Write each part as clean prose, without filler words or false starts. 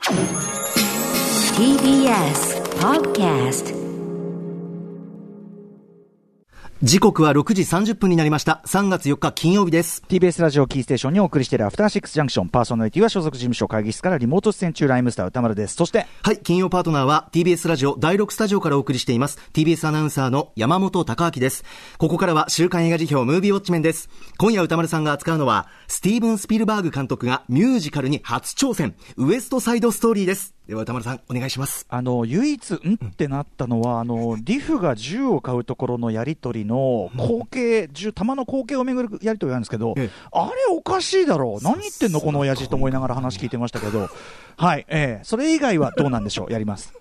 TBS Podcast。 時刻は6時30分になりました。3月4日金曜日です。 TBS ラジオキーステーションにお送りしているアフターシックスジャンクション、パーソナリティは所属事務所会議室からリモート出演中ライムスター歌丸です。そしてはい、金曜パートナーは TBS ラジオ第6スタジオからお送りしています TBS アナウンサーの山本貴明です。ここからは週刊映画辞表ムービーウォッチメンです。今夜歌丸さんが扱うのはスティーブン・スピルバーグ監督がミュージカルに初挑戦、ウエストサイドストーリーです。では歌丸さんお願いします。 唯一ってなったのはリフが銃を買うところのやり取りの光景、弾の光景をめぐるやり取りなんですけど、あれおかしいだろう、何言ってんのこの親父と思いながら話聞いてましたけどはい、それ以外はどうなんでしょう。やります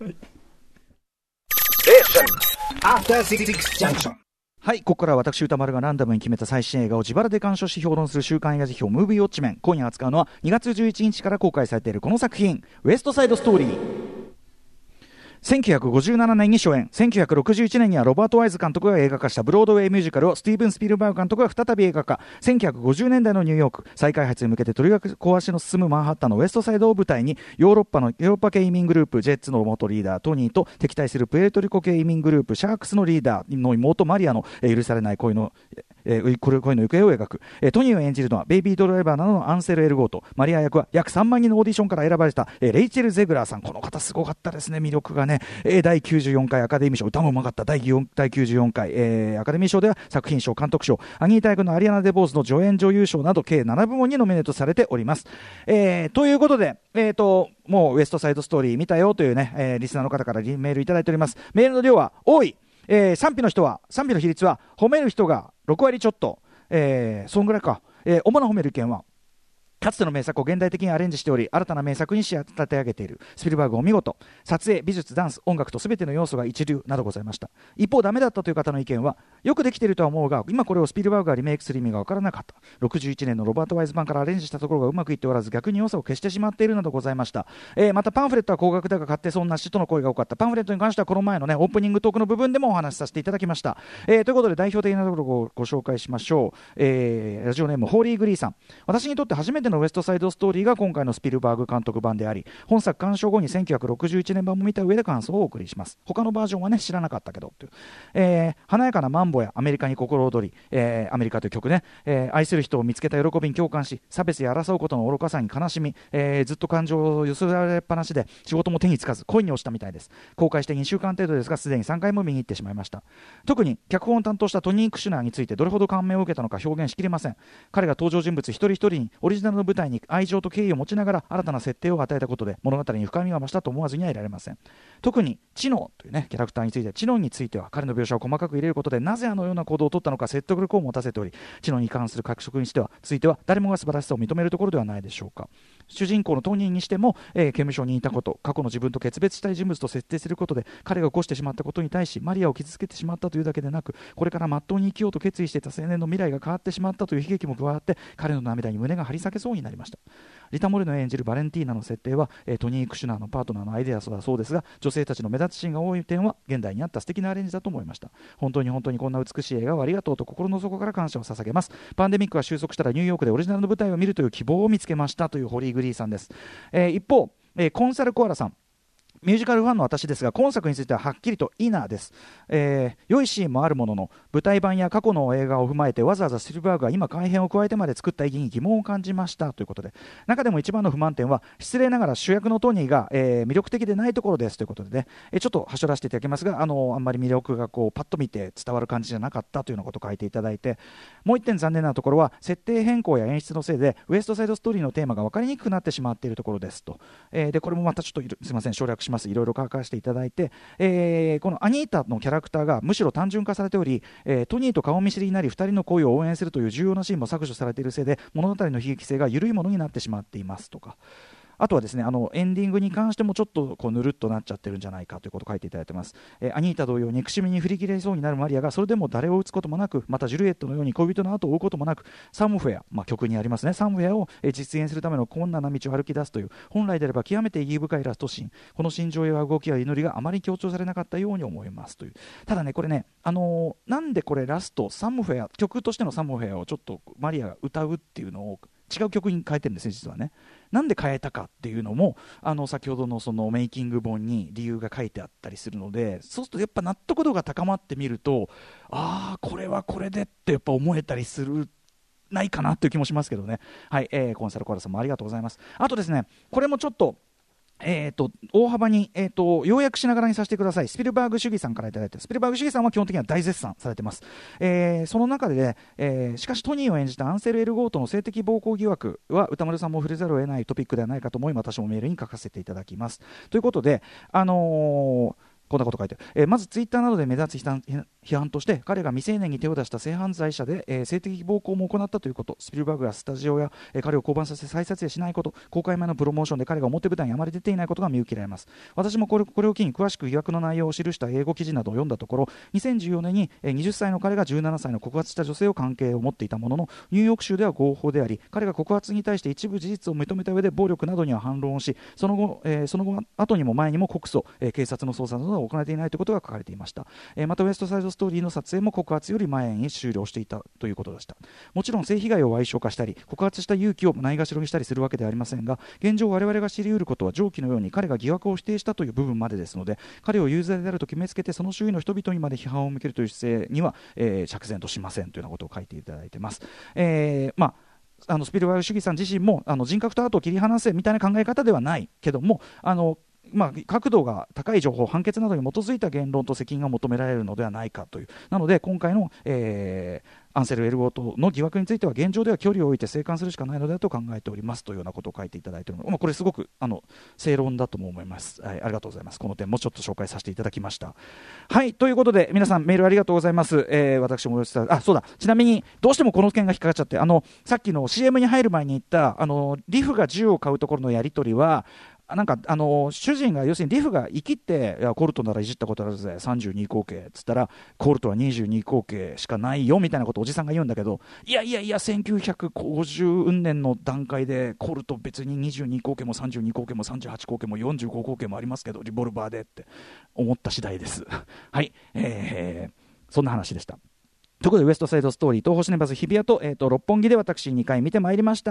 はい、ここからは私歌丸がランダムに決めた最新映画を自腹で鑑賞し評論する週刊映画辞表ムービーウォッチメン。今夜扱うのは2月11日から公開されているこの作品、ウエストサイドストーリー。1957年に初演、1961年にはロバート・ワイズ監督が映画化したブロードウェイミュージカルをスティーブン・スピルバーグ監督が再び映画化。1950年代のニューヨーク、再開発に向けて取り壊しの進むマンハッタンのウエストサイドを舞台に、ヨーロッパ系移民グループジェッツの元リーダートニーと敵対するプエルトリコ系移民グループシャークスのリーダーの妹マリアの許されない恋の行方を描く。トニーを演じるのはベイビードライバーなどのアンセル・エルゴート、マリア役は約3万人のオーディションから選ばれたレイチェル・ゼグラーさん。この方すごかったですね、魅力がね。第94回アカデミー賞、歌もうまかった。第94回、アカデミー賞では作品賞、監督賞、アニータ役のアリアナ・デボーズの助演女優賞など計7部門にノミネートされております。ということで、もうウエストサイドストーリー見たよというね、リスナーの方からメールいただいております。メールの量は多い。賛否の比率は褒める人が6割ちょっと、そんぐらいか。主な褒める意見は、かつての名作を現代的にアレンジしており、新たな名作に仕立て上げている。スピルバーグお見事。撮影、美術、ダンス、音楽と全ての要素が一流などございました。一方、ダメだったという方の意見は、よくできているとは思うが、今これをスピルバーグがリメイクする意味が分からなかった。61年のロバート・ワイズ版からアレンジしたところがうまくいっておらず、逆に良さを消してしまっているなどございました。またパンフレットは高額だが買って損なしとの声が多かった。パンフレットに関してはこの前のね、オープニングトークの部分でもお話しさせていただきました。ということで代表的なところをご紹介しましょう。ラジオネームホーリー・グリーさん。私にとって初めてのウエストサイドストーリーが今回のスピルバーグ監督版であり、本作鑑賞後に1961年版も見た上で感想をお送りします。他のバージョンはね知らなかったけどという、華やかなマンボやアメリカに心躍り、アメリカという曲ね、愛する人を見つけた喜びに共感し、差別や争うことの愚かさに悲しみ、ずっと感情を揺すられっぱなしで仕事も手につかず恋に落ちたみたいです。公開して2週間程度ですがすでに3回も見に行ってしまいました。特に脚本を担当したトニー・クシュナーについてどれほど感銘を受けたのか表現しきれません。彼が登場人物一人一人にオリジナルの舞台に愛情と敬意を持ちながら新たな設定を与えたことで物語に深みが増したと思わずにはいられません。特にチノというねキャラクターについて、チノについては彼の描写を細かく入れることでなぜあのような行動を取ったのか説得力を持たせており、チノに関する脚色については誰もが素晴らしさを認めるところではないでしょうか。主人公のトニーにしても、刑務所にいたこと、過去の自分と決別したい人物と設定することで彼が起こしてしまったことに対しマリアを傷つけてしまったというだけでなく、これから真っ当に生きようと決意していた青年の未来が変わってしまったという悲劇も加わって彼の涙に胸が張り裂けそうになりました。リタ・モレノ演じるバレンティーナの設定は、トニー・クシュナーのパートナーのアイデアだそうですが、女性たちの目立つシーンが多い点は現代にあった素敵なアレンジだと思いました。本当にこんな美しい映画をありがとうと心の底から感謝を捧げます。パンデミックが収束したらニューヨークでオリジナルの舞台を見るという希望を見つけましたというホリー・グリーさんです。一方、コンサルコアラさん、ミュージカルファンの私ですが今作についてははっきりといいなです。良いシーンもあるものの舞台版や過去の映画を踏まえてわざわざスピルバーグが今改編を加えてまで作った意義に疑問を感じましたということで、中でも一番の不満点は失礼ながら主役のトニーが、魅力的でないところですということでね、ちょっとはしょらせていただきますが、あんまり魅力がパッと見て伝わる感じじゃなかったというようなことを書いていただいて、もう一点残念なところは設定変更や演出のせいでウエストサイドストーリーのテーマが分かりにくくなってしまっているところですと。でこれもまたちょっとすいません省略します。いろいろ書かせていただいて、このアニータのキャラクターがむしろ単純化されており、トニーと顔見知りになり2人の恋を応援するという重要なシーンも削除されているせいで物語の悲劇性が緩いものになってしまっていますとか、あとはですね、エンディングに関してもちょっとぬるっとなっちゃってるんじゃないかということを書いていただいてます。アニータ同様憎しみに振り切れそうになるマリアがそれでも誰を撃つこともなく、またジュリエットのように恋人の後を追うこともなく、サムフェア、曲にありますね、サムフェアを実現するための困難な道を歩き出すという本来であれば極めて意義深いラストシーン、この心情や動きや祈りがあまり強調されなかったように思いますという。ただねこれね、なんでこれラストサムフェア、曲としてのサムフェアをちょっとマリアが歌うっていうのを違う曲に変えてるんですね、実はね。なんで変えたかっていうのも先ほどのそのメイキング本に理由が書いてあったりするので、そうするとやっぱ納得度が高まってみると、これはこれでってやっぱ思えたりするないかなという気もしますけどね。はい、コンサルコーラさんもありがとうございます。あとですね、これもちょっと大幅に、要約しながらにさせてください。スピルバーグ主義さんからいただいて、スピルバーグ主義さんは基本的には大絶賛されてます。その中で、しかしトニーを演じたアンセル・エルゴートの性的暴行疑惑は歌丸さんも触れざるを得ないトピックではないかと思い、私もメールに書かせていただきます。ということで、こんなこと書いてある。まずツイッターなどで目立つ批判として、彼が未成年に手を出した性犯罪者で、性的暴行も行ったということ、スピルバーグがスタジオや、彼を降板させ再撮影しないこと、公開前のプロモーションで彼が表舞台にあまり出ていないことが見受けられます。私もこれを機に詳しく疑惑の内容を記した英語記事などを読んだところ、2014年に20歳の彼が17歳の告発した女性を関係を持っていたものの、ニューヨーク州では合法であり、彼が告発に対して一部事実を認めた上で暴力などには反論をし、その後後にも前にも告訴、警察の捜査などが行われていないということが書かれていました。またウエストサイドストーリーの撮影も告発より前に終了していたということでした。もちろん性被害を矮小化したり告発した勇気をないがしろにしたりするわけではありませんが、現状我々が知り得ることは上記のように彼が疑惑を否定したという部分までですので、彼を有罪であると決めつけてその周囲の人々にまで批判を向けるという姿勢には、釈然としませんというようなことを書いていただいています。スピルバーグ主義さん自身も人格とアートを切り離せみたいな考え方ではないけども、角度が高い情報、判決などに基づいた言論と責任が求められるのではないかという。なので今回の、アンセル・エルゴートの疑惑については現状では距離を置いて静観するしかないのではと考えておりますというようなことを書いていただいているので、これすごく正論だとも思います。はい、ありがとうございます。この点もちょっと紹介させていただきました。はい、ということで皆さんメールありがとうございます。私もそうだ、ちなみにどうしてもこの件が引っかかっちゃって、さっきの CM に入る前に言ったリフが銃を買うところのやり取りは、主人が要するにリフが生きってコルトならいじったことあるぜ32口径っつったら、コルトは22口径しかないよみたいなことをおじさんが言うんだけど、いや1950年の段階でコルト別に22口径も32口径も38口径も45口径もありますけど、リボルバーでって思った次第ですはい、そんな話でした。ということでウエストサイドストーリー東宝シネマズ日比谷と、六本木で私2回見てまいりました。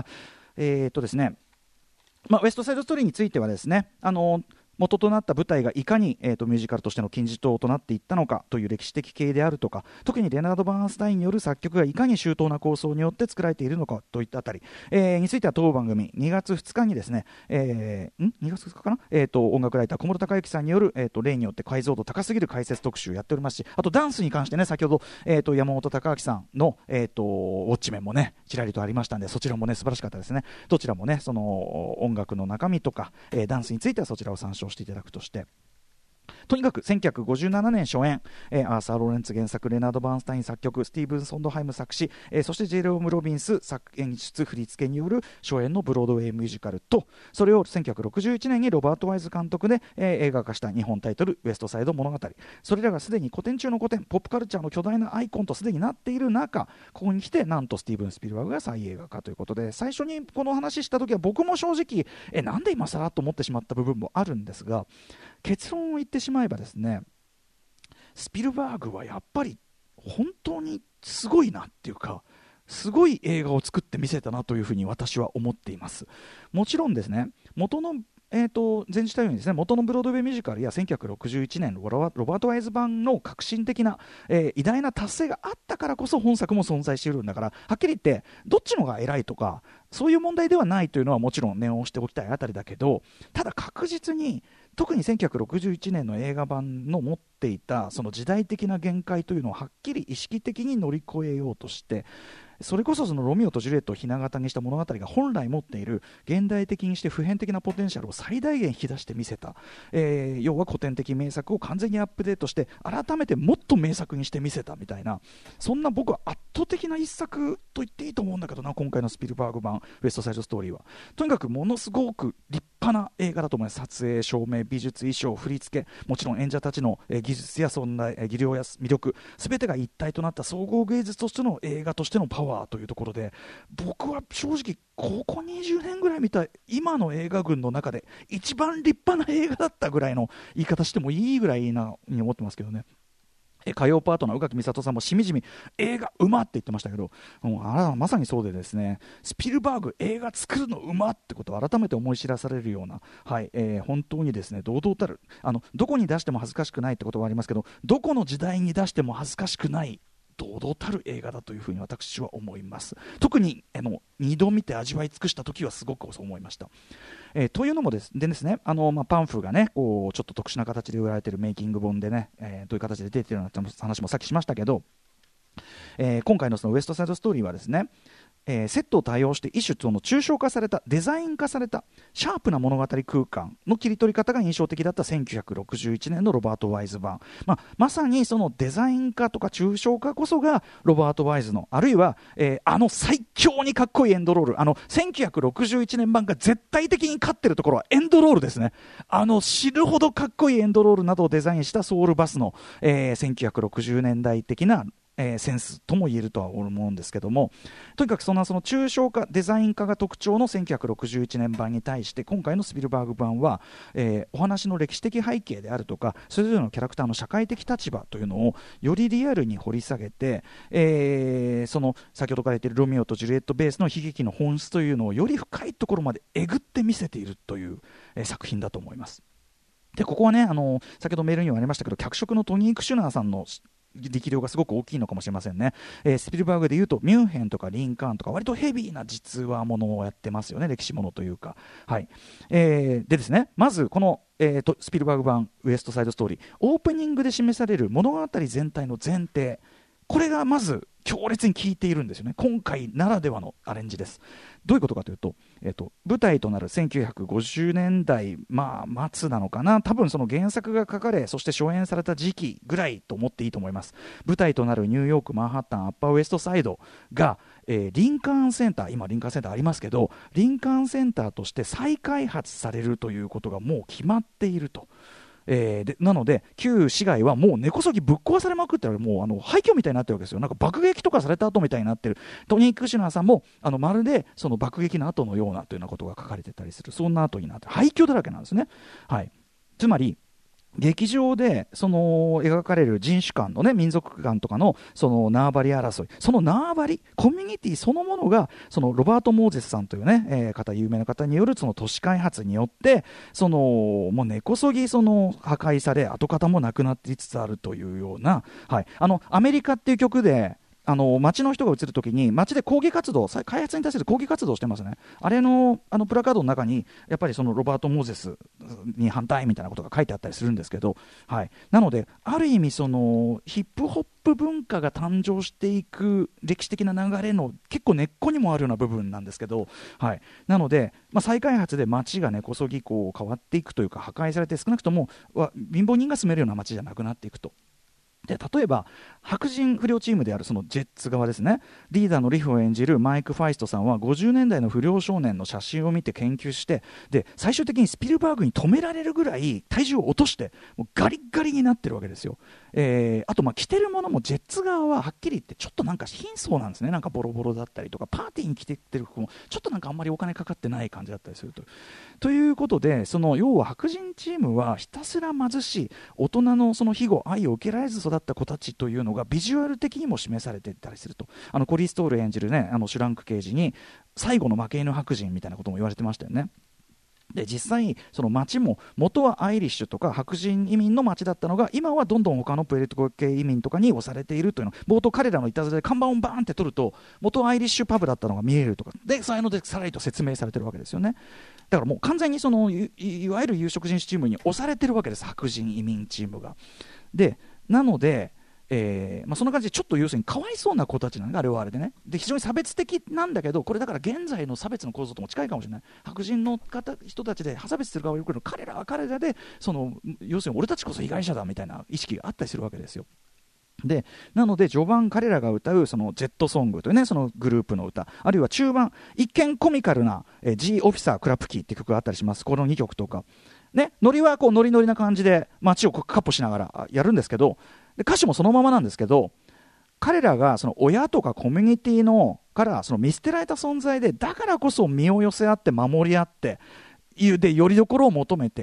ですね、ウエストサイドストーリーについてはですね、元となった舞台がいかに、ミュージカルとしての金字塔となっていったのかという歴史的経緯であるとか、特にレナード・バーンスタインによる作曲がいかに周到な構想によって作られているのかといったあたり、については当番組2月2日にですね、2月2日かな、音楽ライター小室孝之さんによる、例によって解像度高すぎる解説特集をやっておりますし、あとダンスに関してね、先ほど、山本孝明さんの、ウォッチメンもねちらりとありましたんで、そちらもね素晴らしかったですね。どちらもねその音楽の中身とか、ダンスについてはそちらを参照していただくとして、とにかく1957年初演、アーサー・ローレンツ原作、レナード・バーンスタイン作曲、スティーブン・ソンドハイム作詞、そしてジェレオム・ロビンス作演出振り付けによる初演のブロードウェイミュージカルと、それを1961年にロバート・ワイズ監督で、映画化した日本タイトルウエストサイド物語。それらがすでに古典中の古典、ポップカルチャーの巨大なアイコンとすでになっている中、ここに来てなんとスティーブン・スピルバーグが再映画化ということで、最初にこの話した時は僕も正直なんで今更と思ってしまった部分もあるんですが、結論を言ってしまえばですね、スピルバーグはやっぱり本当にすごいなっていうか、すごい映画を作ってみせたなというふうに私は思っています。もちろんですね、元の前述したようにですね、元のブロードウェイミュージカルや1961年ロバート・ワイズ版の革新的な、偉大な達成があったからこそ本作も存在しているんだから、はっきり言ってどっちのが偉いとかそういう問題ではないというのはもちろん念を押しておきたいあたりだけど、ただ確実に特に1961年の映画版の持っていたその時代的な限界というのをはっきり意識的に乗り越えようとして、それこそそのロミオとジュリエットをひな形にした物語が本来持っている現代的にして普遍的なポテンシャルを最大限引き出してみせた、要は古典的名作を完全にアップデートして改めてもっと名作にしてみせたみたいな、そんな僕は圧倒的な一作と言っていいと思うんだけどな、今回のスピルバーグ版ウエストサイドストーリーは。とにかくものすごく立派な映画だと思います。撮影、照明、美術、衣装、振り付け、もちろん演者たちの技術やそんな技量や魅力、全てが一体となった総合芸術としての映画としてのパワーというところで、僕は正直ここ20年ぐらい見た今の映画群の中で一番立派な映画だったぐらいの言い方してもいいぐらいなに思ってますけどね。 火曜パートナー宇垣美里さんもしみじみ映画うまって言ってましたけど、もうあれはまさにそうでですね、スピルバーグ映画作るのうまってことを改めて思い知らされるような、はい、本当にですね堂々たる、どこに出しても恥ずかしくないってことはありますけど、どこの時代に出しても恥ずかしくない堂々たる映画だというふうに私は思います。特に2度見て味わい尽くした時はすごくそう思いました。というのもですね、パンフがねこうちょっと特殊な形で売られているメイキング本でね、どういう形で出ているような話もさっきしましたけど、今回のそのウエストサイドストーリーはですね、セットを対応して一種その抽象化されたデザイン化されたシャープな物語空間の切り取り方が印象的だった1961年のロバート・ワイズ版、まさにそのデザイン化とか抽象化こそがロバート・ワイズの、あるいは、最強にかっこいいエンドロール、1961年版が絶対的に勝ってるところはエンドロールですね。知るほどかっこいいエンドロールなどをデザインしたソウルバスの、1960年代的なセンスとも言えるとは思うんですけども、とにかくその抽象化デザイン化が特徴の1961年版に対して今回のスピルバーグ版は、お話の歴史的背景であるとかそれぞれのキャラクターの社会的立場というのをよりリアルに掘り下げて、その先ほどから言っているロミオとジュリエットベースの悲劇の本質というのをより深いところまでえぐって見せているという、作品だと思います。でここはね先ほどメールにもありましたけど、脚色のトニー・クシュナーさんの力量がすごく大きいのかもしれませんね。スピルバーグでいうとミュンヘンとかリンカーンとか割とヘビーな実話ものをやってますよね、歴史ものというか、はい。でですね、まずこの、スピルバーグ版ウエストサイドストーリー、オープニングで示される物語全体の前提、これがまず強烈に効いているんですよね。今回ならではのアレンジです。どういうことかというと、舞台となる1950年代、末なのかな、多分その原作が書かれそして初演された時期ぐらいと思っていいと思います。舞台となるニューヨークマンハッタンアッパーウエストサイドが、リンカーンセンター、今リンカーンセンターありますけど、リンカーンセンターとして再開発されるということがもう決まっていると。なので旧市街はもう根こそぎぶっ壊されまくってる、もう廃墟みたいになってるわけですよ。なんか爆撃とかされた後みたいになってる。トニー・クシュナーさんもまるでその爆撃の後のようなというようなことが書かれてたりする、そんな後になって廃墟だらけなんですね。はい、つまり劇場でその描かれる人種間のね、民族間とかのその縄張り争い、その縄張りコミュニティそのものがそのロバート・モーゼスさんというね、有名な方によるその都市開発によってもう根こそぎその破壊され跡形もなくなっていつつあるというような、はい、アメリカっていう曲で街の人が映るときに街で抗議活動、開発に対する抗議活動をしてますね。あれのプラカードの中にやっぱりそのロバート・モーゼスに反対みたいなことが書いてあったりするんですけど、はい、なのである意味そのヒップホップ文化が誕生していく歴史的な流れの結構根っこにもあるような部分なんですけど、はい、なので、再開発で街が根こそぎこう変わっていくというか破壊されて、少なくとも貧乏人が住めるような街じゃなくなっていくと。で例えば白人不良チームであるそのジェッツ側ですね、リーダーのリフを演じるマイク・ファイストさんは50年代の不良少年の写真を見て研究して、で最終的にスピルバーグに止められるぐらい体重を落としてもうガリッガリになってるわけですよ。あと着てるものもジェッツ側ははっきり言ってちょっとなんか貧相なんですね。なんかボロボロだったりとか、パーティーに着てってる服もちょっとなんかあんまりお金かかってない感じだったりするということで、その要は白人チームはひたすら貧しい大人のその庇護愛を受けられず育った子たちというのがビジュアル的にも示されていたりすると。コリー・ストール演じるねシュランク刑事に最後の負け犬白人みたいなことも言われてましたよね。で実際その町も元はアイリッシュとか白人移民の町だったのが今はどんどん他のプエルトリコ系移民とかに押されているというの、冒頭彼らのいたずらで看板をバーンって取ると元アイリッシュパブだったのが見えるとかで、そういうのでさらりと説明されてるわけですよね。だからもう完全にその いわゆる有色人種チームに押されてるわけです、白人移民チームが。でなのでそんな感じでちょっと要するにかわいそうな子たちなんだ、あれはあれでね。で非常に差別的なんだけど、これだから現在の差別の構造とも近いかもしれない。白人の人たちで差別する側がいるけど、彼らは彼らで要するに俺たちこそ被害者だみたいな意識があったりするわけですよ。でなので序盤彼らが歌うそのジェットソングというね、そのグループの歌、あるいは中盤一見コミカルな、G オフィサークラプキーって曲があったりします。この2曲とかね、ノリはこうノリノリな感じで街をカッポしながらやるんですけど、で歌詞もそのままなんですけど、彼らがその親とかコミュニティのからその見捨てられた存在で、だからこそ身を寄せ合って守り合ってでよりどころを求めて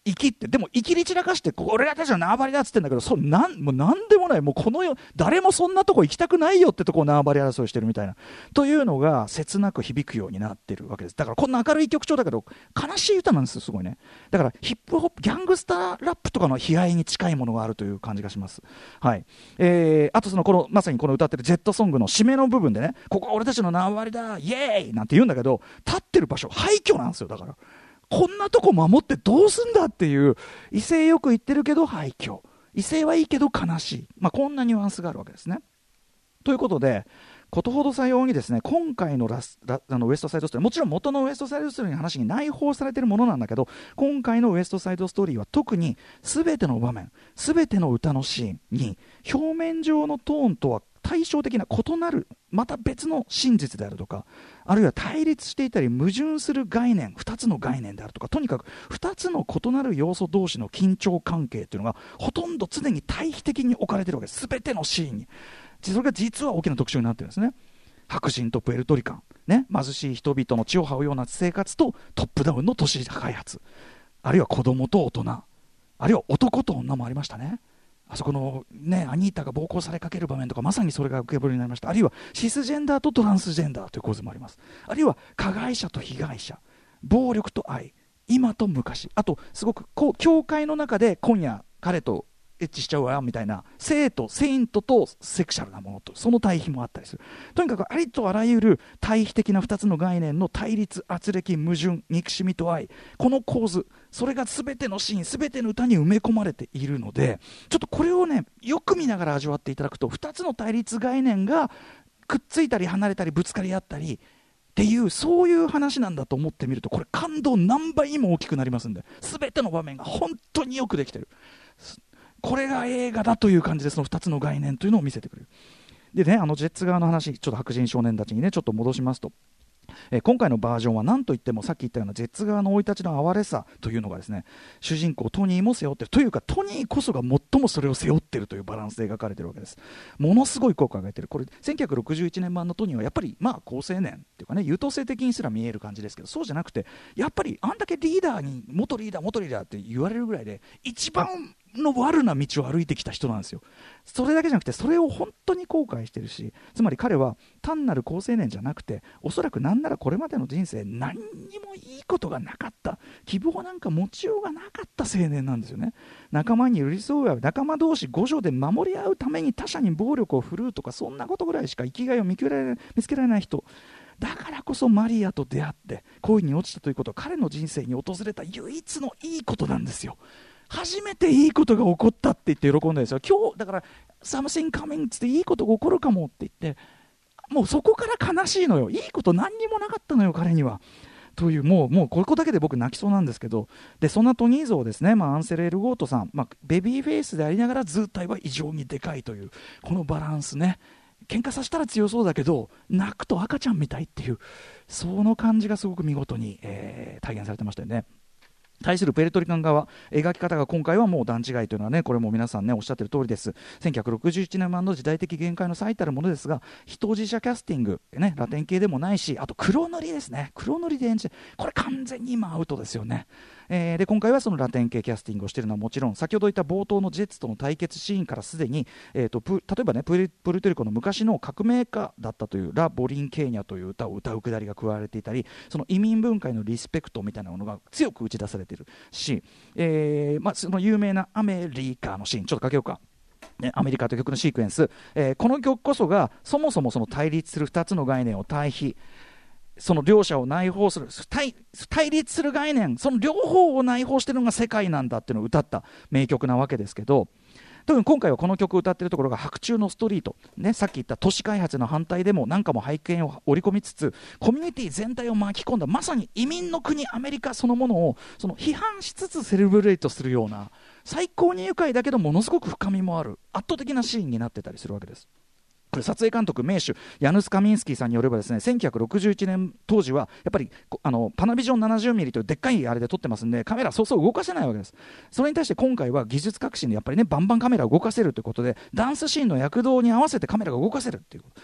生きってでも生きり散らかして俺たちは縄張りだっつってんだけどもうなんでもないもうこの世誰もそんなとこ行きたくないよってとこを縄張り争いしてるみたいなというのが切なく響くようになってるわけです。だからこんな明るい曲調だけど悲しい歌なんですよすごいね。だからヒップホップギャングスターラップとかの悲哀に近いものがあるという感じがします。はい。あとまさにこの歌ってるジェットソングの締めの部分でね、ここは俺たちの縄張りだイエーイなんて言うんだけど、立ってる場所廃墟なんですよ。だからこんなとこ守ってどうすんだっていう、威勢よく言ってるけど廃墟、威勢はいいけど悲しい、こんなニュアンスがあるわけですね。ということでことほどさようにですね、今回のウエストサイドストーリー、もちろん元のウエストサイドストーリーの話に内包されているものなんだけど、今回のウエストサイドストーリーは特に全ての場面、全ての歌のシーンに表面上のトーンとは対照的な異なるまた別の真実であるとか、あるいは対立していたり矛盾する概念、2つの概念であるとか、とにかく2つの異なる要素同士の緊張関係というのがほとんど常に対比的に置かれているわけです。全てのシーンにそれが実は大きな特徴になっているんですね。白人とプエルトリカン、ね、貧しい人々の血を這うような生活とトップダウンの都市開発、あるいは子供と大人、あるいは男と女もありましたね。あそこの、ね、アニータが暴行されかける場面とかまさにそれが浮き彫りになりました。あるいはシスジェンダーとトランスジェンダーという構図もあります。あるいは加害者と被害者、暴力と愛、今と昔、あとすごく教会の中で今夜彼とエッチしちゃうわみたいなセイントとセクシャルなものとその対比もあったりする。とにかくありとあらゆる対比的な2つの概念の対立、圧力、矛盾、憎しみと愛、この構図、それが全てのシーン、全ての歌に埋め込まれているので、ちょっとこれをねよく見ながら味わっていただくと、2つの対立概念がくっついたり離れたりぶつかり合ったりっていう、そういう話なんだと思ってみると、これ感動何倍にも大きくなりますんで、全ての場面が本当によくできてる。これが映画だという感じで、その2つの概念というのを見せてくれる。でね、ジェッツ側の話、ちょっと白人少年たちにねちょっと戻しますと、今回のバージョンは何といってもさっき言ったようなジェッツ側の生い立ちの哀れさというのがですね、主人公トニーも背負ってるというか、トニーこそが最もそれを背負っているというバランスで描かれているわけです。ものすごい効果が出ている。これ1961年版のトニーはやっぱり高青年っていうかね、優等生的にすら見える感じですけど、そうじゃなくてやっぱりあんだけリーダーに元リーダーって言われるぐらいで一番の悪な道を歩いてきた人なんですよ。それだけじゃなくてそれを本当に後悔してるし、つまり彼は単なる好青年じゃなくて、おそらく何ならこれまでの人生何にもいいことがなかった、希望なんか持ちようがなかった青年なんですよね。仲間に寄り添う、仲間同士互助で守り合うために他者に暴力を振るうとか、そんなことぐらいしか生きがいを見つけられない人だからこそ、マリアと出会って恋に落ちたということは彼の人生に訪れた唯一のいいことなんですよ。初めていいことが起こったって言って喜んだんですよ。今日だからsomething coming っていいことが起こるかもって言って、もうそこから悲しいのよ。いいこと何にもなかったのよ彼にはという、もうここだけで僕泣きそうなんですけど、でそんなトニー像をですね、アンセル・エル・ゴートさん、ベビーフェイスでありながら図体は異常にでかいというこのバランスね、喧嘩させたら強そうだけど泣くと赤ちゃんみたいっていう、その感じがすごく見事に、体現されてましたよね。対するプエルトリカン側、描き方が今回はもう段違いというのはね、これも皆さんねおっしゃってる通りです。1961年版の時代的限界の最たるものですが、人自社キャスティング、ね、ラテン系でもないし、あと黒塗りですね、黒塗りで演じて、これ完全に今アウトですよね。で今回はそのラテン系キャスティングをしているのはもちろん、先ほど言った冒頭のジェッツとの対決シーンからすでに、例えばね、プエルトリコの昔の革命家だったというラ・ボリンケーニャという歌を歌うくだりが加われていたり、その移民文化へのリスペクトみたいなものが強く打ち出されているし、その有名なアメリカのシーンちょっとかけようか。アメリカという曲のシークエンス、この曲こそがそもそもその対立する2つの概念を対比、その両者を内包する 対立する概念、その両方を内包しているのが世界なんだっていうのを歌った名曲なわけですけど、特に今回はこの曲を歌っているところが白昼のストリート、ね、さっき言った都市開発の反対でも何かも背景を織り込みつつ、コミュニティ全体を巻き込んだまさに移民の国アメリカそのものをその批判しつつセレブレイトするような、最高に愉快だけどものすごく深みもある圧倒的なシーンになってたりするわけです。 これ撮影監督名手ヤヌス・カミンスキーさんによればですね、1961年当時はやっぱりパナビジョン 70mm というでっかいあれで撮ってますんで、カメラそうそう動かせないわけです。それに対して今回は技術革新でやっぱりね、バンバンカメラを動かせるということで、ダンスシーンの躍動に合わせてカメラが動かせるっていうこと、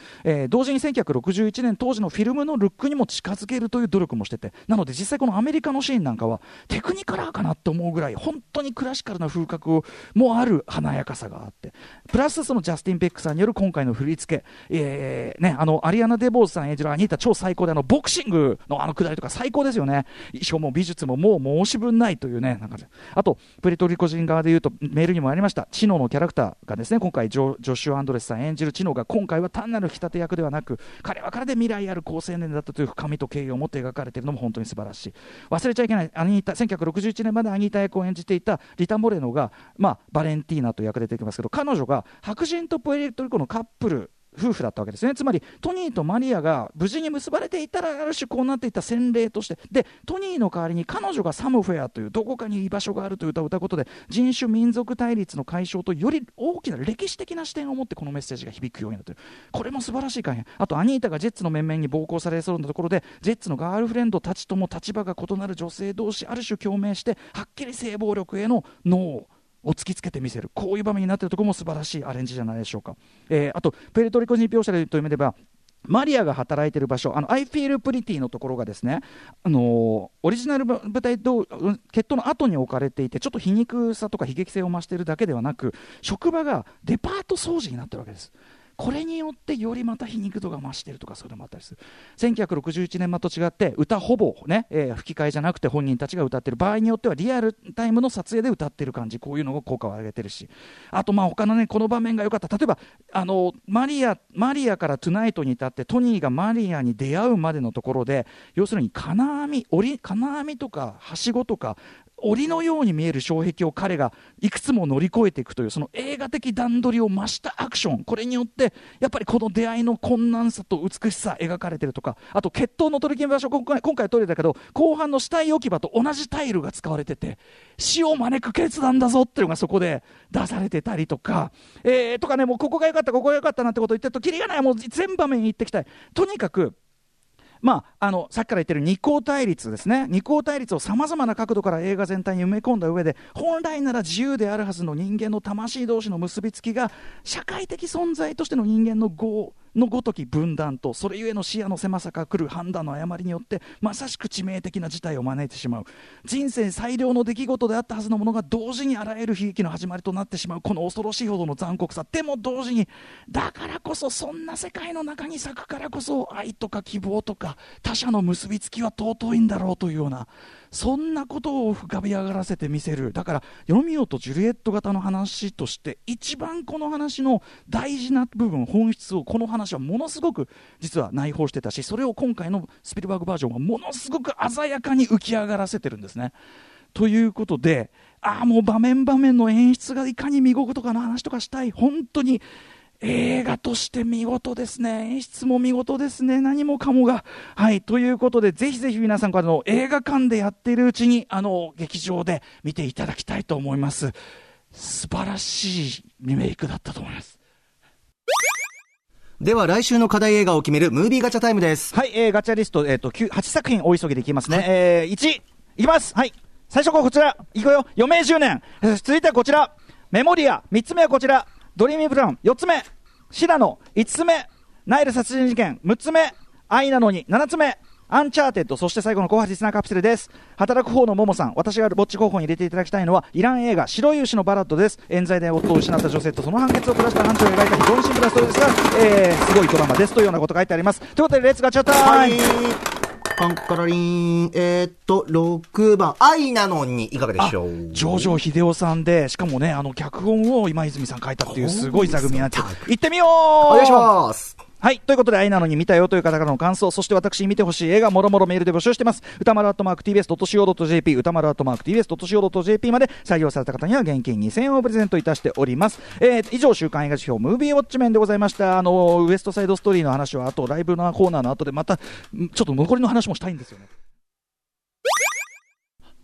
同時に1961年当時のフィルムのルックにも近づけるという努力もしてて、なので実際このアメリカのシーンなんかはテクニカラーかなと思うぐらい本当にクラシカルな風格もある華やかさがあって、プラスそのジャスティン・ペックさんによる今回の振り付け、アリアナ・デボーズさん演じるアニータ超最高で、ボクシングのくだりとか最高ですよね。衣装も美術ももう申し分ないというね、なんかあとプエルトリコ人側でいうとメールにもありましたチノのキャラクターがですね、今回ジョシュア・アンドレスさん演じるチノが今回は単なる引き立て役ではなく、彼は彼で未来ある好青年だったという深みと敬意を持って描かれているのも本当に素晴らしい。忘れちゃいけない、アニータ1961年までアニータ役を演じていたリタ・モレノが、バレンティーナという役で出てきますけど、彼女が白人とプエルトリコのカップル夫婦だったわけですね。つまりトニーとマリアが無事に結ばれていたら、ある種こうなっていた洗礼として、でトニーの代わりに彼女がサムフェアというどこかに居場所があるという歌を歌うことで、人種民族対立の解消とより大きな歴史的な視点を持ってこのメッセージが響くようになっている。これも素晴らしい改変。あとアニータがジェッツの面々に暴行されそうなところで、ジェッツのガールフレンドたちとも立場が異なる女性同士ある種共鳴して、はっきり性暴力へのノーを突きつけてみせる、こういう場面になっているところも素晴らしいアレンジじゃないでしょうか。あとプエルトリコ人描写でという意味では、マリアが働いている場所、I feel pretty のところがですね、オリジナル舞台と決闘の後に置かれていて、ちょっと皮肉さとか悲劇性を増しているだけではなく、職場がデパート掃除になっているわけです。これによってよりまた皮肉度が増しているとか、そういうのもあったりする。1961年と違って歌ほぼね、吹き替えじゃなくて本人たちが歌っている、場合によってはリアルタイムの撮影で歌っている感じ、こういうのが効果を上げてるし、あと他のね、この場面が良かった。例えばマリアからトゥナイトに至ってトニーがマリアに出会うまでのところで、要するに金網とかはしごとか檻のように見える障壁を彼がいくつも乗り越えていくという、その映画的段取りを増したアクション、これによってやっぱりこの出会いの困難さと美しさ描かれているとか、あと決闘の取り決め場所、今回トイレだけど後半の死体置き場と同じタイルが使われてて、死を招く決断だぞっていうのがそこで出されてたりとか、とかね、もうここが良かったなんてことを言ってるとキリがない。もう全場面に行ってきたい。とにかくさっきから言ってる二項対立ですね。二項対立をさまざまな角度から映画全体に埋め込んだ上で、本来なら自由であるはずの人間の魂同士の結びつきが社会的存在としての人間のごとき分断と、それゆえの視野の狭さから来る判断の誤りによってまさしく致命的な事態を招いてしまう。人生最良の出来事であったはずのものが同時にあらゆる悲劇の始まりとなってしまう、この恐ろしいほどの残酷さ。でも同時にだからこそ、そんな世界の中に咲くからこそ、愛とか希望とか他者の結びつきは尊いんだろうというような、そんなことを浮かび上がらせてみせる。だからロミオとジュリエット型の話として一番この話の大事な部分、本質をこの話はものすごく実は内包してたし、それを今回のスピルバーグバージョンはものすごく鮮やかに浮き上がらせてるんですね。ということで、もう場面場面の演出がいかに見事かの話とかしたい。本当に映画として見事ですね。演出も見事ですね。何もかもが。はい。ということで、ぜひぜひ皆さんから映画館でやっているうちに、劇場で見ていただきたいと思います。素晴らしいリメイクだったと思います。 では来週の課題映画を決めるムービーガチャタイムです。 はい、ガチャリスト、8作品大急ぎでいきますね。1、いきます。はい。最初こちら。いくよ。余命10年。続いてはこちら。メモリア。3つ目はこちら。ドリーミープラン。4つ目。シラノ。5つ目。ナイル殺人事件。6つ目。愛なのに。7つ目。アンチャーテッド。そして最後の後半リスナーカプセルです。働く方のモモさん、私がぼっち候補に入れていただきたいのはイラン映画白い牛のバラッドです。冤罪で夫を失った女性とその判決を下した判事を描いた非常にシンプルなストーリーですが、すごいドラマですというようなことが書いてあります。ということでレッツガチャタイム。 カンカラリン、6番、愛なのに、いかがでしょう。 上場秀夫さんで、しかもね、脚本を今泉さん書いたっていうすごい座組になって、行ってみよう。 お願いします。 はい。ということで、愛なのに見たよという方からの感想、そして私に見てほしい映画、もろもろメールで募集してます。歌丸@tbs.co.jp、歌丸@tbs.co.jp まで採用された方には現金2000円をプレゼントいたしております。以上、週刊映画辞表、ムービーウォッチメンでございました。ウエストサイドストーリーの話は、あとライブのコーナーの後でまた、ちょっと残りの話もしたいんですよね。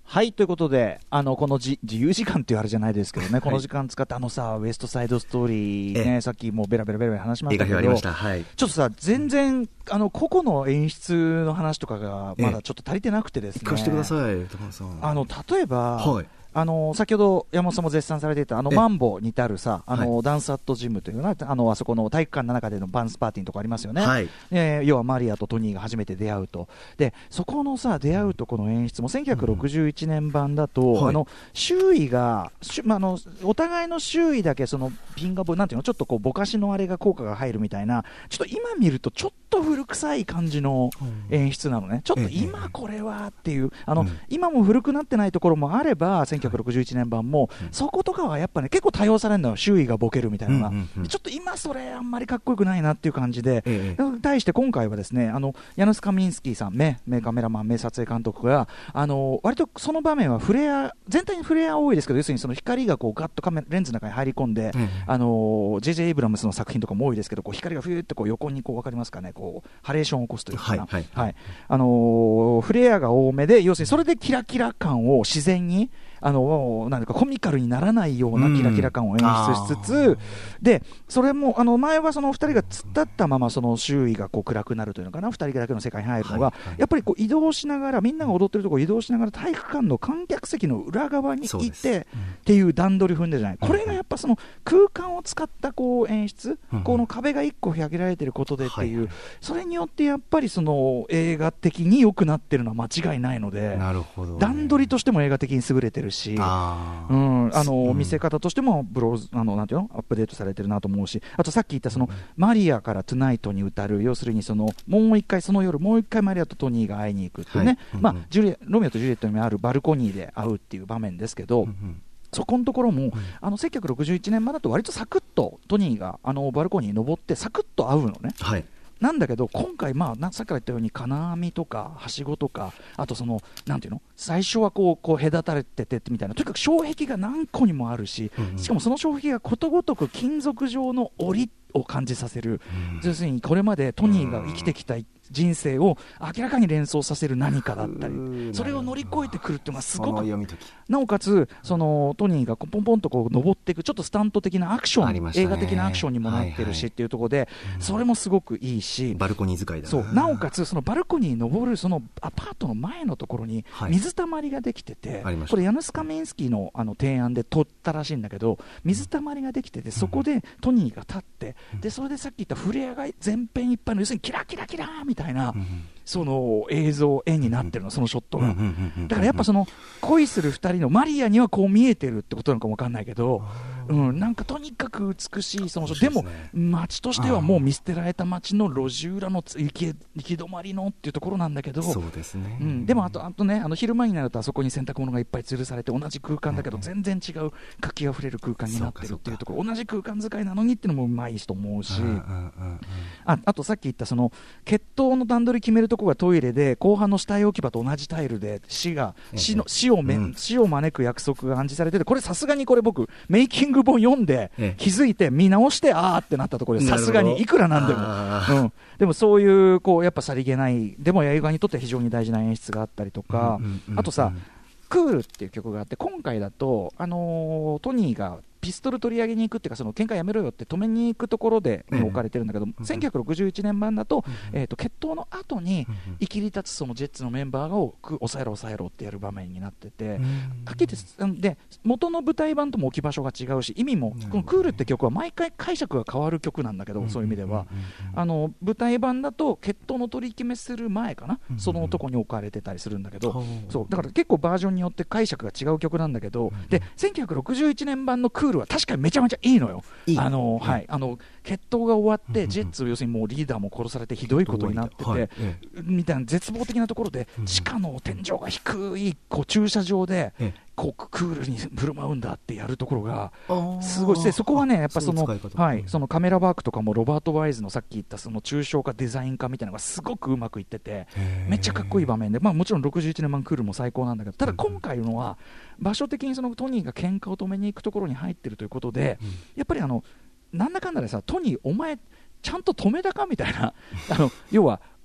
はい、ということで、この自由時間っていうあれじゃないですけどね、この時間使ってさ、ウエストサイドストーリーね、さっきもうベラベラ話しましたけど、 映画表ありました、はい、 ちょっとさ、全然、個々の演出の話とかがまだちょっと足りてなくてですね。 聞かせてください、高野さん。 例えば、 はい、 先ほど山本さんも絶賛されていたマンボに至るさ、ダンスアットジムというのがあそこの体育館の中でのバンスパーティーのとこありますよね、はい、要はマリアとトニーが初めて出会うと。でそこのさ出会うとこの演出も1961年版だと、はい、周囲がお互いの周囲だけそのピンガボなんていうのちょっとこうぼかしのあれが効果が入るみたいな、ちょっと今見るとちょっと古臭い感じの演出なのね。ちょっと今これはっていう今も古くなってないところもあれば1961年版も、そことかはやっぱね結構多用されるのよ、周囲がボケるみたいなのが、ちょっと今それあんまりかっこよくないなっていう感じで、対して今回はですねヤヌス・カミンスキーさん名カメラマン名撮影監督が割とその場面はフレア全体にフレア多いですけど、要するにその光がこうガッとレンズの中に入り込んで、J.J. エイブラムスの作品とかも多いですけど、こう光がフューってこう横にこう分かりますかね、こうハレーションを起こすというかな、フレアが多めで、要するにそれでキラキラ感を自然になんかコミカルにならないようなキラキラ感を演出しつつ、でそれも前はその2人が突っ立ったままその周囲がこう暗くなるというのかな、2人だけの世界に入るのが、やっぱりこう移動しながら、みんなが踊ってるところ移動しながら体育館の観客席の裏側にいてっていう段取り踏んでるじゃない、これがやっぱその空間を使ったこう演出、この壁が1個開けられてることでっていう、それによってやっぱりその映画的に良くなってるのは間違いないので、 なるほどね、 段取りとしても映画的に優れてるし、見せ方としてもなんていうのアップデートされてるなと思うし、あとさっき言ったそのマリアからトゥナイトに歌る、要するにそのもう一回その夜もう一回マリアとトニーが会いに行くっていうね、ロミオとジュリエットにあるバルコニーで会うっていう場面ですけど、そこのところも1961年前だと割とサクッとトニーがバルコニーに登ってサクッと会うのね、はい、なんだけど今回、さっきから言ったように金網とかはしごとか、あとそのなんていうの、最初はこう隔たれててみたいな、とにかく障壁が何個にもあるし、しかもその障壁がことごとく金属状の檻を感じさせる、要するにこれまでトニーが生きてきた人生を明らかに連想させる何かだったり、それを乗り越えてくるっていうのはすごく、なおかつそのトニーがポンポンとこう登っていくちょっとスタント的なアクション、映画的なアクションにもなってるしっていうところで、それもすごくいいし、 バルコニー使いだな。 そう、なおかつそのバルコニーに登るそのアパートの前のところに水たまりができてて、これヤヌス・カミンスキーの提案で撮ったらしいんだけど、水たまりができてて、そこでトニーが立って、でそれでさっき言ったフレアが全編いっぱいの、要するにキラキラキラみたいな、その映像絵になってるの、そのショットが。だからやっぱその恋する2人のマリアにはこう見えてるってことなのかも分かんないけど、なんかとにかく美しいそのでも街としてはもう見捨てられた街の路地裏の行き止まりのっていうところなんだけど、 そうですね、 でもあとね、昼間になるとあそこに洗濯物がいっぱい吊るされて、同じ空間だけど全然違う活気あふれる空間になってるっていうところ、同じ空間使いなのにっていうのもうまいと思うし、あとさっき言ったその決闘の段取り決めるところがトイレで、後半の死体置き場と同じタイルで死を招く約束が暗示されてて、これさすがにこれ僕メイキング本読んで気づいて見直してあーってなったところで、さすがにいくらなんでも、でもそういうこうやっぱさりげないでも映画にとって非常に大事な演出があったりとか、あとさクールっていう曲があって、今回だとトニーがピストル取り上げに行くっていうか、その喧嘩やめろよって止めに行くところで置かれてるんだけど、1961年版だと、決闘の後に生きり立つそのジェッツのメンバーを抑えろってやる場面になってて、はっきり言ってで元の舞台版とも置き場所が違うし、意味もこのクールって曲は毎回解釈が変わる曲なんだけど、そういう意味では舞台版だと決闘の取り決めする前かな、そのとこに置かれてたりするんだけど、そうだから結構バージョンによって解釈が違う曲なんだけど、で1961年版のクールは確かにめちゃめちゃいいのよ。決闘が終わってジェッツ要するにもうリーダーも殺されてひどいことになってて、みたいな絶望的なところで、地下の天井が低いこう駐車場でこうクールに振る舞うんだってやるところがすごいで、そこはねやっぱそのカメラワークとかもロバート・ワイズのさっき言ったその抽象化デザイン化みたいなのがすごくうまくいってて、めっちゃかっこいい場面で、もちろん61年版クールも最高なんだけど、ただ今回のは場所的にそのトニーが喧嘩を止めに行くところに入ってるということで、やっぱりなんだかんだでさ、トニーお前ちゃんと止めたかみたいな要は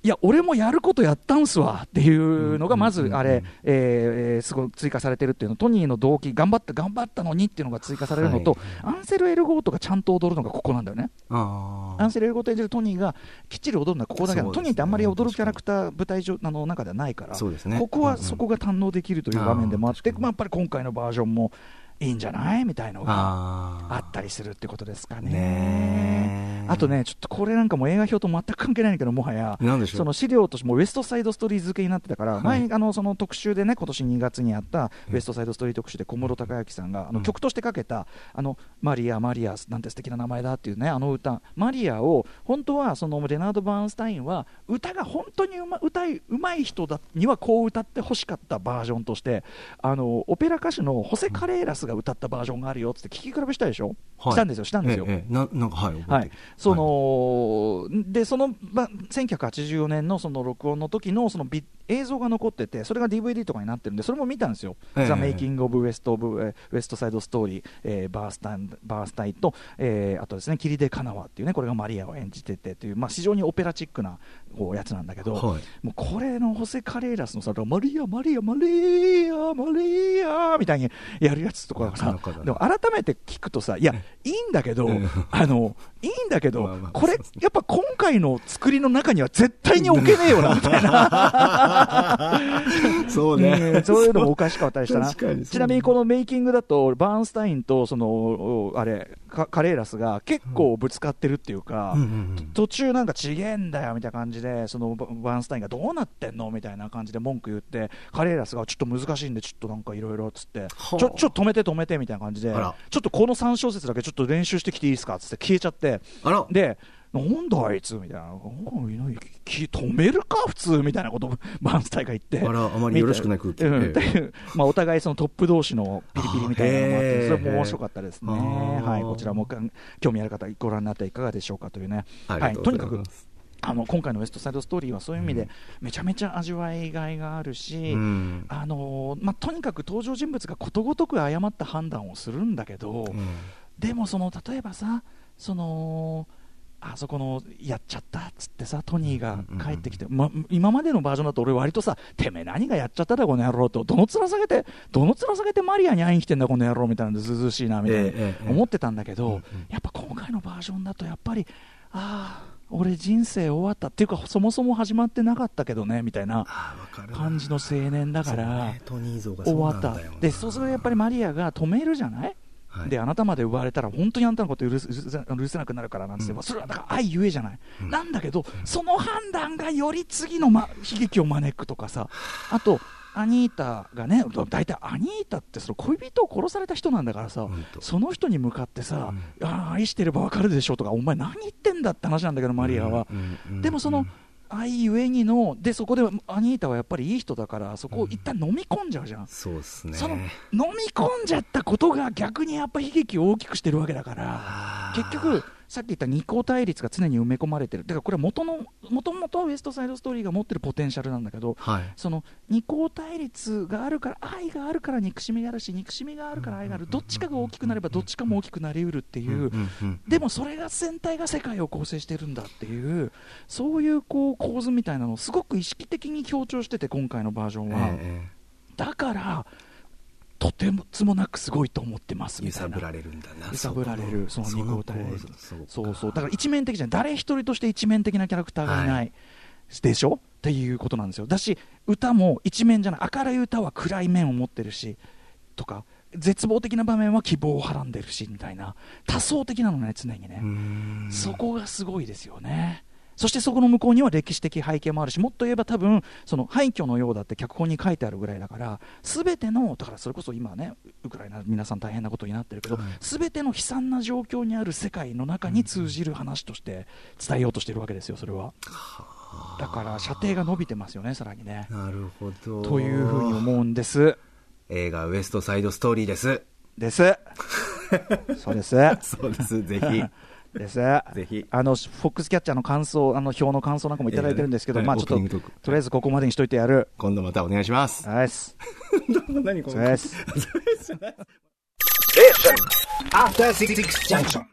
いや俺もやることやったんすわっていうのがまずあれ、すごい追加されてるっていうの、トニーの動機頑張ったのにっていうのが追加されるのと、アンセル・エルゴートがちゃんと踊るのがここなんだよね。アンセル・エルゴート演じるトニーがきっちり踊るのはここだけなの。トニーってあんまり踊るキャラクター舞台上の中ではないから、ここはそこが堪能できるという場面でもあって、やっぱり今回のバージョンもいいんじゃないみたいなのがあったりするってことですかね。あとね、ちょっとこれなんかもう映画表と全く関係ないんだけど、もはやその資料としてもウエストサイドストーリー付けになってたから、前その特集でね、今年2月にあったウエストサイドストーリー特集で小室孝之さんが曲としてかけたマリアなんて素敵な名前だっていうね、歌マリアを本当はそのレナード・バーンスタインは歌が本当にうまい人にはこう歌ってほしかったバージョンとして、オペラ歌手のホセ・カレーラスが歌ったバージョンがあるよって聞き比べしたでしょ、したんですよ。 なんかその1984年のその録音の時のその映像が残ってて、それが DVD とかになってるんで、それも見たんですよ。ザ・メイキング・オブ・ウエスト・サイド・ストーリー、バースタイと、あとですね、キリデ・カナワっていうね、これがマリアを演じててという、非常にオペラチックなこうやつなんだけど、もうこれのホセ・カレーラスのさ、マリアみたいにやるやつとかさ、でも改めて聞くとさ、いや、いいんだけど、これやっぱ今回の作りの中には絶対に置けねえよなみたいなそうね、 そういうのもおかしかったりしたな。ちなみにこのメイキングだとバーンスタインとそのカレーラスが結構ぶつかってるっていうか、途中なんかちげえんだよみたいな感じで、そのバーンスタインがどうなってんのみたいな感じで文句言って、カレーラスがちょっと難しいんでちょっとなんかいろいろっつって、ちょっと止めてみたいな感じで、ちょっとこの3小節だけちょっと練習してきていいですかっつって消えちゃって、でなんだあいつみたいな、止めるか普通みたいなことをバーンスタインが言って、 あまりよろしくない空気、 お互いそのトップ同士のピリピリみたいなのもあって、それも面白かったですね。こちらも興味ある方ご覧になっていかがでしょうかというね。とにかく今回のウエストサイドストーリーはそういう意味でめちゃめちゃ味わいがいがあるし、とにかく登場人物がことごとく誤った判断をするんだけど、でも例えばさ、あそこのやっちゃったっつってさ、トニーが帰ってきて、今までのバージョンだと俺割とさ、てめえ何がやっちゃっただこの野郎と、どの面下げてマリアに会いに来てんだこの野郎みたいなのでずうずうしいなみたいな思ってたんだけど、やっぱ今回のバージョンだとやっぱり俺人生終わったっていうか、そもそも始まってなかったけどねみたいな感じの青年だから、終わったで、そうするとやっぱりマリアが止めるじゃない。であなたまで奪われたら本当にあなたのこと許せなくなるからなんて言って、それはだから愛ゆえじゃない、なんだけど、その判断がより次の、悲劇を招くとかさ、あとアニータがね、大体アニータってその恋人を殺された人なんだからさ、その人に向かってさ、愛してれば分かるでしょとか、お前何言ってんだって話なんだけど、マリアは。でもその愛ゆえにので、そこでアニータはやっぱりいい人だから、そこを一旦飲み込んじゃうじゃん。 そうですね。 その飲み込んじゃったことが逆にやっぱ悲劇を大きくしてるわけだから、結局さっき言った二項対立が常に埋め込まれてる。だからこれはもともとウエストサイドストーリーが持ってるポテンシャルなんだけど、その二項対立があるから愛があるから憎しみがあるし、憎しみがあるから愛がある、どっちかが大きくなればどっちかも大きくなりうるっていう、でもそれが全体が世界を構成してるんだっていう、そういう構図みたいなのをすごく意識的に強調してて、今回のバージョンは、だからとてつもなくすごいと思ってますみたいな。 揺さぶられるんだな。 揺さぶられる、その二項対立。そうだから一面的じゃない、誰一人として一面的なキャラクターがいない、でしょっていうことなんですよ。だし歌も一面じゃない、明るい歌は暗い面を持ってるしとか、絶望的な場面は希望をはらんでるしみたいな、多層的なのね、常にね。そこがすごいですよね。そしてそこの向こうには歴史的背景もあるし、もっと言えば多分その廃墟のようだって脚本に書いてあるぐらいだから、全ての、だからそれこそ今ね、ウクライナ皆さん大変なことになってるけど、全ての悲惨な状況にある世界の中に通じる話として伝えようとしているわけですよ、それは。だから射程が伸びてますよね、さらにね。 なるほど。 というふうに思うんです。 映画ウエストサイドストーリーです。 そうです。 そうです。ぜひ。 ぜひフォックスキャッチャーの感想、表の感想なんかもいただいてるんですけど、ちょっととりあえずここまでにしといてやる。 今度またお願いします。 何これ。 After 66 junction.